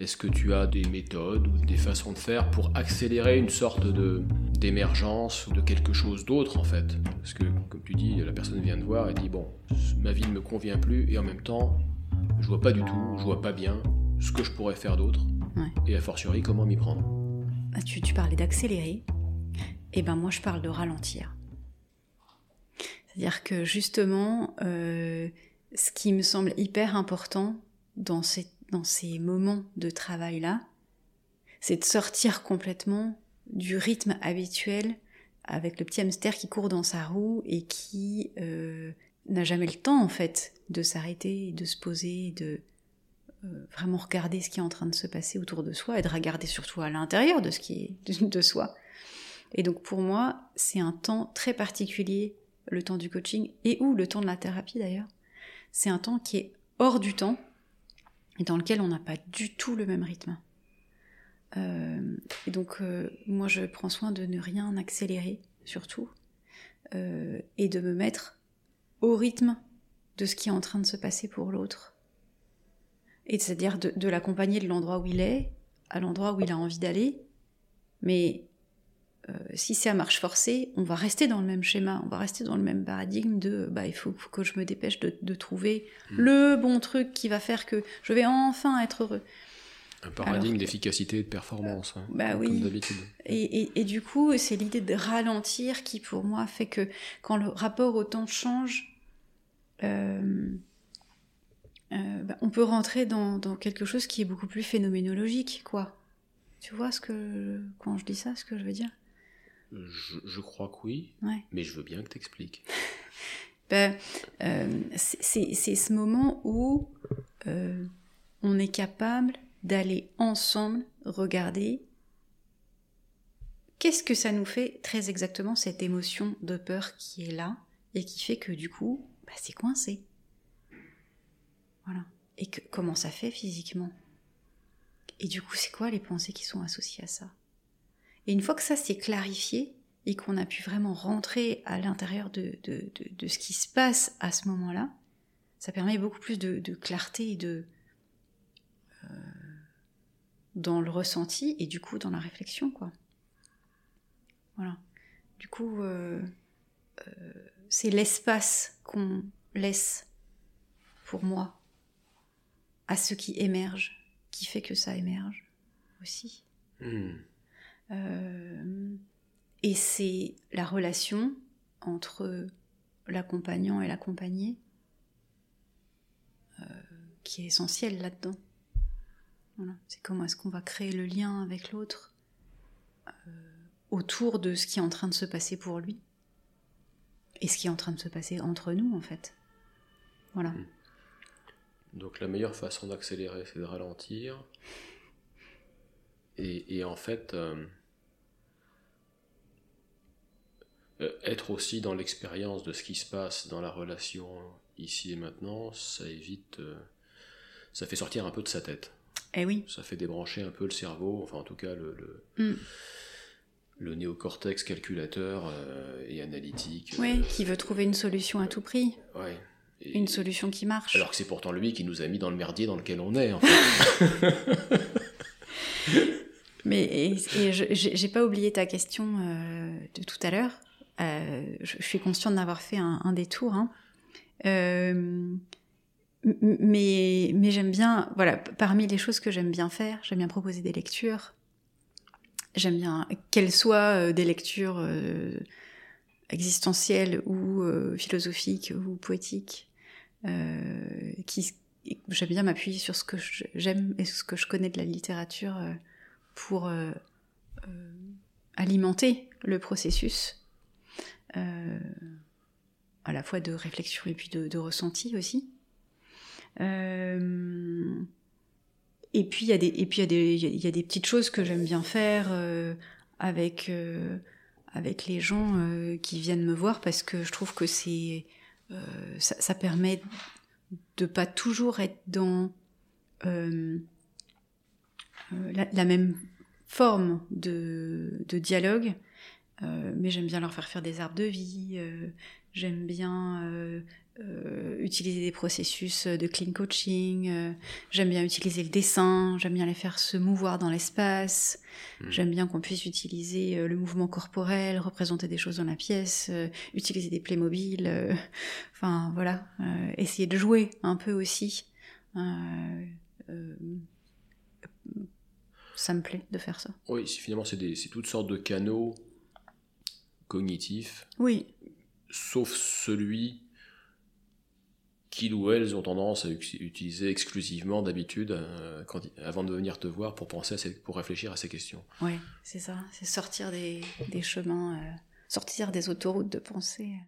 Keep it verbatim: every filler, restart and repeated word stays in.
Est-ce que tu as des méthodes ou des façons de faire pour accélérer une sorte de, d'émergence de quelque chose d'autre en fait? Parce que, comme tu dis, la personne vient te voir et dit bon, ma vie ne me convient plus et en même temps, je vois pas du tout, je vois pas bien ce que je pourrais faire d'autre. Ouais. Et a fortiori, comment m'y prendre? Ah, tu, tu parlais d'accélérer, et ben moi je parle de ralentir. C'est-à-dire que justement, euh, ce qui me semble hyper important dans ces, dans ces moments de travail-là, c'est de sortir complètement du rythme habituel avec le petit hamster qui court dans sa roue et qui euh, n'a jamais le temps en fait de s'arrêter, de se poser, de euh, vraiment regarder ce qui est en train de se passer autour de soi et de regarder surtout à l'intérieur de ce qui est de, de soi. Et donc pour moi, c'est un temps très particulier, le temps du coaching et ou le temps de la thérapie d'ailleurs. C'est un temps qui est hors du temps et dans lequel on n'a pas du tout le même rythme. Euh, et donc euh, moi je prends soin de ne rien accélérer surtout euh, et de me mettre au rythme de ce qui est en train de se passer pour l'autre, et c'est-à-dire de, de l'accompagner de l'endroit où il est à l'endroit où il a envie d'aller, mais euh, si c'est à marche forcée, on va rester dans le même schéma, on va rester dans le même paradigme de bah, il faut, faut que je me dépêche de, de trouver mmh. le bon truc qui va faire que je vais enfin être heureux. Un paradigme Alors, d'efficacité et de performance, hein, bah comme, oui. comme d'habitude. Et, et, et du coup, c'est l'idée de ralentir qui, pour moi, fait que quand le rapport au temps change, euh, euh, bah, on peut rentrer dans, dans quelque chose qui est beaucoup plus phénoménologique, quoi. Tu vois ce que, quand je dis ça, ce que je veux dire? Je, je crois que oui, ouais. Mais je veux bien que tu expliques. ben, euh, c'est, c'est, c'est ce moment où euh, on est capable d'aller ensemble regarder qu'est-ce que ça nous fait très exactement, cette émotion de peur qui est là et qui fait que du coup, bah, c'est coincé. Voilà. Et que, comment ça fait physiquement? Et du coup, c'est quoi les pensées qui sont associées à ça? Et une fois que ça s'est clarifié et qu'on a pu vraiment rentrer à l'intérieur de, de, de, de ce qui se passe à ce moment-là, ça permet beaucoup plus de, de clarté et de... Euh, dans le ressenti et du coup dans la réflexion, quoi. Voilà. Du coup, euh, euh, c'est l'espace qu'on laisse, pour moi, à ce qui émerge, qui fait que ça émerge aussi. Mmh. Euh, et c'est la relation entre l'accompagnant et l'accompagné euh, qui est essentielle là-dedans. Voilà. C'est comment est-ce qu'on va créer le lien avec l'autre euh, autour de ce qui est en train de se passer pour lui et ce qui est en train de se passer entre nous, en fait. Voilà. Mmh. Donc la meilleure façon d'accélérer, c'est de ralentir. Et, et en fait, euh, être aussi dans l'expérience de ce qui se passe dans la relation ici et maintenant, ça évite, euh, ça fait sortir un peu de sa tête. Eh oui. Ça fait débrancher un peu le cerveau, enfin en tout cas le, le, mm. le néocortex calculateur euh, et analytique. Oui, euh, qui veut trouver une solution à tout prix. Ouais. Et, une solution qui marche. Alors que c'est pourtant lui qui nous a mis dans le merdier dans lequel on est, en fait. Mais et, et je, j'ai pas oublié ta question euh, de tout à l'heure. Euh, je, je suis consciente d'avoir fait un, un détour. Hein. Euh, mais, mais j'aime bien, voilà, parmi les choses que j'aime bien faire, j'aime bien proposer des lectures. J'aime bien qu'elles soient des lectures euh, existentielles ou euh, philosophiques ou poétiques. Euh, qui, j'aime bien m'appuyer sur ce que j'aime et ce que je connais de la littérature euh, pour euh, euh, alimenter le processus euh, à la fois de réflexion et puis de, de ressenti aussi. Euh, et puis il y a des et puis il y a des il y a des petites choses que j'aime bien faire euh, avec euh, avec les gens euh, qui viennent me voir parce que je trouve que c'est euh, ça, ça permet de pas toujours être dans euh, la, la même forme de, de dialogue, euh, mais j'aime bien leur faire faire des arbres de vie, euh, j'aime bien euh, euh, utiliser des processus de clean coaching, euh, j'aime bien utiliser le dessin, j'aime bien les faire se mouvoir dans l'espace, mmh. j'aime bien qu'on puisse utiliser euh, le mouvement corporel, représenter des choses dans la pièce, euh, utiliser des Playmobil, euh, enfin voilà, euh, essayer de jouer un peu aussi. Euh, euh, ça me plaît de faire ça. Oui, finalement c'est, des, c'est toutes sortes de canaux cognitifs. Oui. Sauf celui qu'ils ou elles ont tendance à utiliser exclusivement d'habitude euh, quand, avant de venir te voir pour, penser à ces, pour réfléchir à ces questions. Oui, c'est ça, c'est sortir des, des chemins, euh, sortir des autoroutes de pensée.